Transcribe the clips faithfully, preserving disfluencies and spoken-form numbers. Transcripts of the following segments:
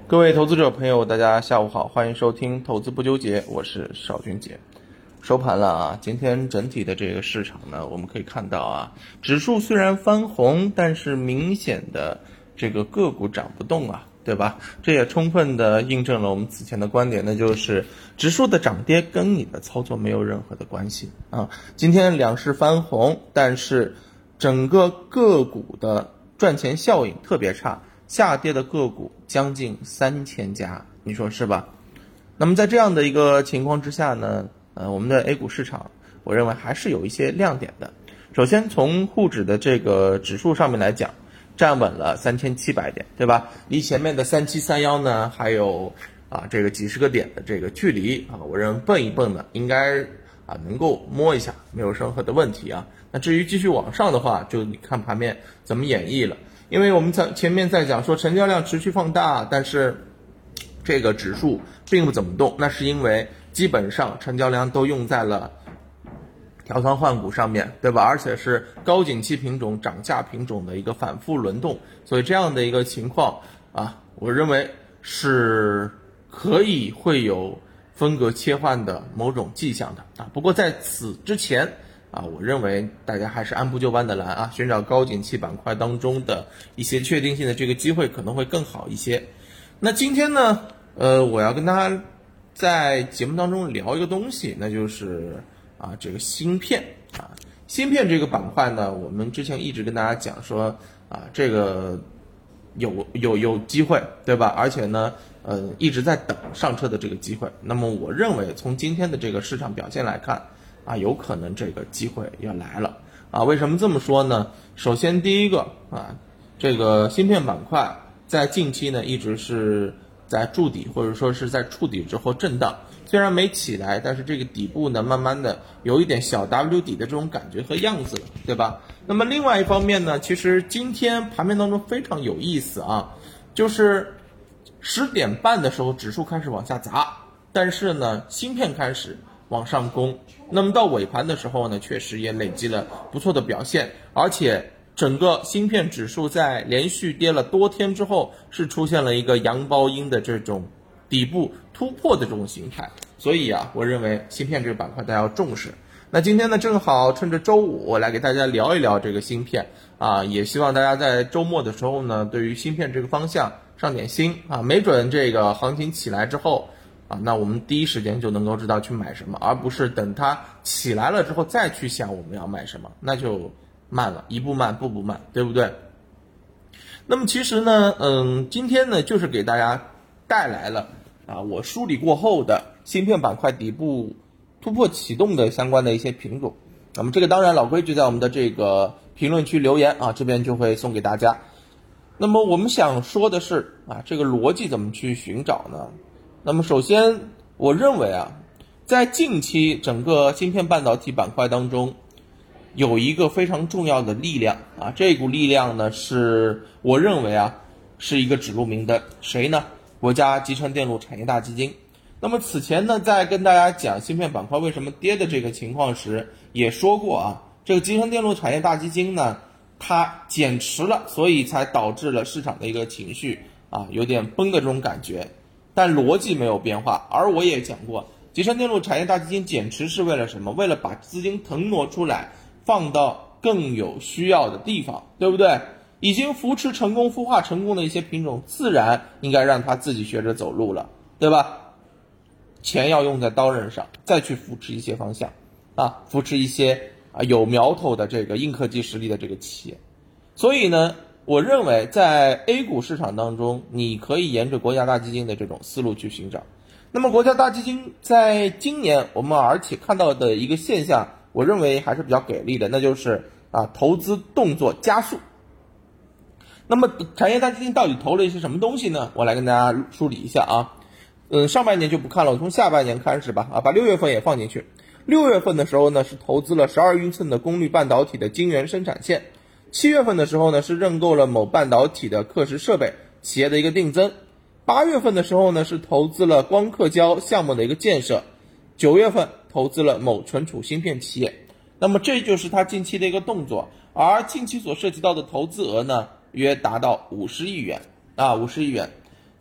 各位投资者朋友，大家下午好，欢迎收听投资不纠结，我是邵军杰。收盘了啊，今天整体的这个市场呢，我们可以看到啊，指数虽然翻红，但是明显的这个个股涨不动啊，对吧？这也充分的印证了我们此前的观点，那就是指数的涨跌跟你的操作没有任何的关系啊。今天两市翻红，但是整个个股的赚钱效应特别差，下跌的个股将近三千家，你说是吧？那么在这样的一个情况之下呢，呃，我们的 A 股市场，我认为还是有一些亮点的。首先从沪指的这个指数上面来讲，站稳了三千七百点，对吧？离前面的三七三一呢还有啊这个几十个点的这个距离啊，我认为蹦一蹦呢应该啊能够摸一下，没有任何的问题啊。那至于继续往上的话，就你看盘面怎么演绎了。因为我们在前面在讲说成交量持续放大，但是这个指数并不怎么动，那是因为基本上成交量都用在了调仓换股上面，对吧？而且是高景气品种、涨价品种的一个反复轮动，所以这样的一个情况啊，我认为是可以会有风格切换的某种迹象的啊。不过在此之前啊，我认为大家还是按部就班的来啊，寻找高景气板块当中的一些确定性的这个机会可能会更好一些。那今天呢，呃，我要跟大家在节目当中聊一个东西，那就是啊，这个芯片啊，芯片这个板块呢，我们之前一直跟大家讲说啊，这个有有有机会，对吧？而且呢，呃，一直在等上车的这个机会。那么我认为从今天的这个市场表现来看，啊，有可能这个机会要来了啊！为什么这么说呢？首先，第一个啊，这个芯片板块在近期呢一直是在筑底，或者说是在触底之后震荡，虽然没起来，但是这个底部呢慢慢的有一点小 W 底的这种感觉和样子了，对吧？那么另外一方面呢，其实今天盘面当中非常有意思啊，就是十点半的时候指数开始往下砸，但是呢芯片开始往上攻，那么到尾盘的时候呢，确实也累积了不错的表现，而且整个芯片指数在连续跌了多天之后，是出现了一个阳包阴的这种底部突破的这种形态，所以啊，我认为芯片这个板块大家要重视。那今天呢，正好趁着周五，我来给大家聊一聊这个芯片啊，也希望大家在周末的时候呢，对于芯片这个方向上点心啊，没准这个行情起来之后啊，那我们第一时间就能够知道去买什么，而不是等它起来了之后再去想我们要买什么，那就慢了，一步慢步步慢，对不对？那么其实呢，嗯，今天呢就是给大家带来了啊，我梳理过后的芯片板块底部突破启动的相关的一些品种。那么这个当然老规矩，在我们的这个评论区留言啊，这边就会送给大家。那么我们想说的是啊，这个逻辑怎么去寻找呢？那么首先，我认为啊，在近期整个芯片半导体板块当中，有一个非常重要的力量啊，这股力量呢，是我认为啊，是一个指路明灯，谁呢？国家集成电路产业大基金。那么此前呢，在跟大家讲芯片板块为什么跌的这个情况时，也说过啊，这个集成电路产业大基金呢，它减持了，所以才导致了市场的一个情绪啊，有点崩的这种感觉。但逻辑没有变化，而我也讲过，集成电路产业大基金减持是为了什么？为了把资金腾挪出来，放到更有需要的地方，对不对？已经扶持成功、孵化成功的一些品种，自然应该让它自己学着走路了，对吧？钱要用在刀刃上，再去扶持一些方向啊，扶持一些啊有苗头的这个硬科技实力的这个企业。所以呢，我认为在 A 股市场当中，你可以沿着国家大基金的这种思路去寻找。那么国家大基金在今年我们而且看到的一个现象，我认为还是比较给力的，那就是啊投资动作加速。那么产业大基金到底投了一些什么东西呢？我来跟大家梳理一下啊。嗯，上半年就不看了，我从下半年开始吧，啊，把六月份也放进去。六月份的时候呢，是投资了十二英寸的功率半导体的晶圆生产线。七月份的时候呢，是认购了某半导体的刻蚀设备企业的一个定增。八月份的时候呢，是投资了光刻胶项目的一个建设。九月份投资了某存储芯片企业。那么这就是它近期的一个动作，而近期所涉及到的投资额呢，约达到五十亿元啊，五十亿元。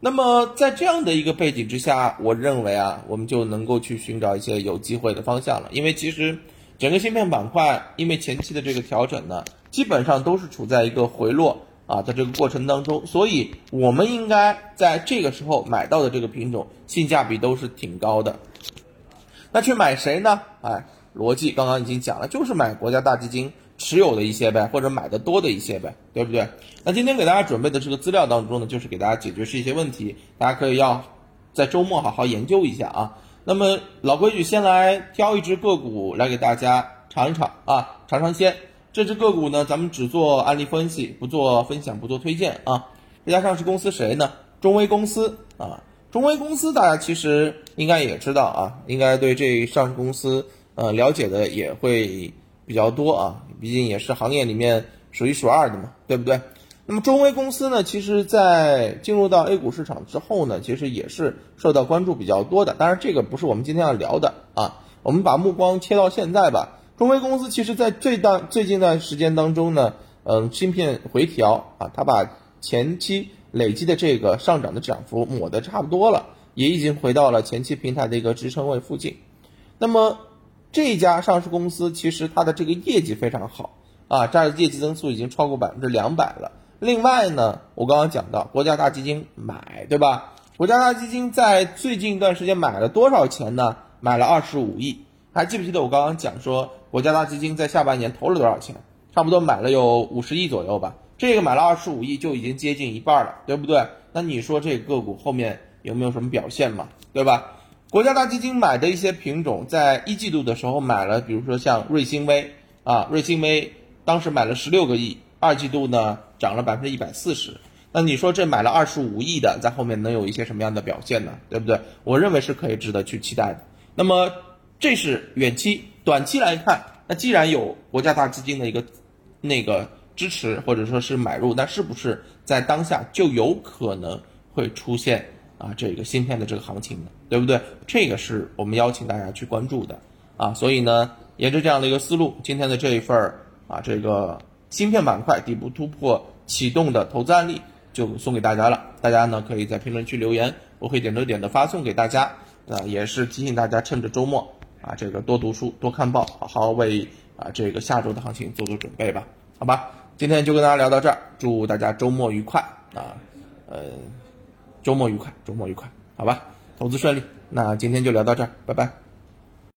那么在这样的一个背景之下，我认为啊，我们就能够去寻找一些有机会的方向了。因为其实整个芯片板块，因为前期的这个调整呢，基本上都是处在一个回落啊的这个过程当中，所以我们应该在这个时候买到的这个品种性价比都是挺高的。那去买谁呢？哎，逻辑刚刚已经讲了，就是买国家大基金持有的一些呗，或者买的多的一些呗，对不对？那今天给大家准备的这个资料当中呢，就是给大家解决是一些问题，大家可以要在周末好好研究一下啊。那么老规矩，先来挑一只个股来给大家尝一尝啊，尝尝鲜。这只个股呢，咱们只做案例分析，不做分享，不做推荐啊。这家上市公司谁呢？中微公司啊。中微公司大家其实应该也知道啊，应该对这上市公司呃了解的也会比较多啊，毕竟也是行业里面数一数二的嘛，对不对？那么中微公司呢，其实在进入到 A 股市场之后呢，其实也是受到关注比较多的。当然这个不是我们今天要聊的啊，我们把目光切到现在吧。中微公司其实在最段最近段时间当中呢，嗯，芯片回调啊，它把前期累积的这个上涨的涨幅抹得差不多了，也已经回到了前期平台的一个支撑位附近。那么这家上市公司其实它的这个业绩非常好啊，这业绩增速已经超过百分之两百了。另外呢，我刚刚讲到国家大基金买，对吧？国家大基金在最近一段时间买了多少钱呢？买了二十五亿。还记不记得我刚刚讲说国家大基金在下半年投了多少钱？差不多买了有五十亿左右吧。这个买了二十五亿就已经接近一半了，对不对？那你说这个个股后面有没有什么表现嘛？对吧？国家大基金买的一些品种，在一季度的时候买了，比如说像瑞星微啊，瑞星微当时买了十六个亿，二季度呢涨了百分之一百四十。那你说这买了二十五亿的，在后面能有一些什么样的表现呢？对不对？我认为是可以值得去期待的。那么这是远期，短期来看，那既然有国家大基金的一个那个支持或者说是买入，那是不是在当下就有可能会出现啊这个芯片的这个行情呢？对不对？这个是我们邀请大家去关注的啊。所以呢，沿着这样的一个思路，今天的这一份啊这个芯片板块底部突破启动的投资案例就送给大家了。大家呢可以在评论区留言，我会点着点的发送给大家。啊，也是提醒大家趁着周末啊，这个多读书，多看报，好好为啊这个下周的行情做做准备吧。好吧，今天就跟大家聊到这儿，祝大家周末愉快啊，呃，周末愉快，周末愉快，好吧，投资顺利。那今天就聊到这儿，拜拜。